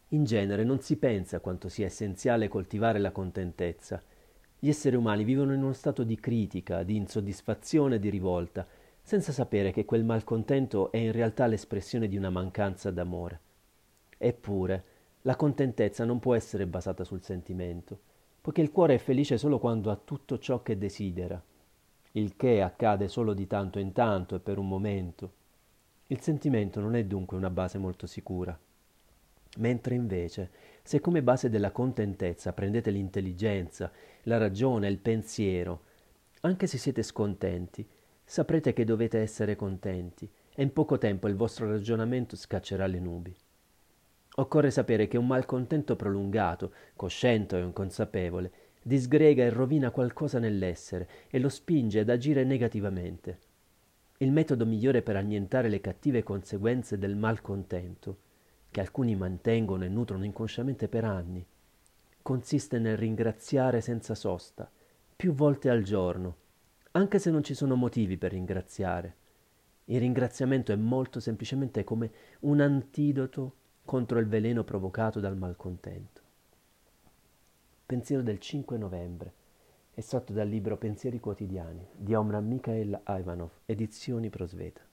In genere non si pensa quanto sia essenziale coltivare la contentezza. Gli esseri umani vivono in uno stato di critica, di insoddisfazione e di rivolta, senza sapere che quel malcontento è in realtà l'espressione di una mancanza d'amore. Eppure, la contentezza non può essere basata sul sentimento, poiché il cuore è felice solo quando ha tutto ciò che desidera, il che accade solo di tanto in tanto e per un momento. Il sentimento non è dunque una base molto sicura. Mentre invece, se come base della contentezza prendete l'intelligenza, la ragione, il pensiero, anche se siete scontenti, saprete che dovete essere contenti e in poco tempo il vostro ragionamento scaccerà le nubi. Occorre sapere che un malcontento prolungato, cosciente o inconsapevole, disgrega e rovina qualcosa nell'essere e lo spinge ad agire negativamente. Il metodo migliore per annientare le cattive conseguenze del malcontento, che alcuni mantengono e nutrono inconsciamente per anni, consiste nel ringraziare senza sosta, più volte al giorno, anche se non ci sono motivi per ringraziare. Il ringraziamento è molto semplicemente come un antidoto contro il veleno provocato dal malcontento. Pensiero del 5 novembre, estratto dal libro Pensieri quotidiani di Omran Mikhail Ivanov, edizioni Prosveta.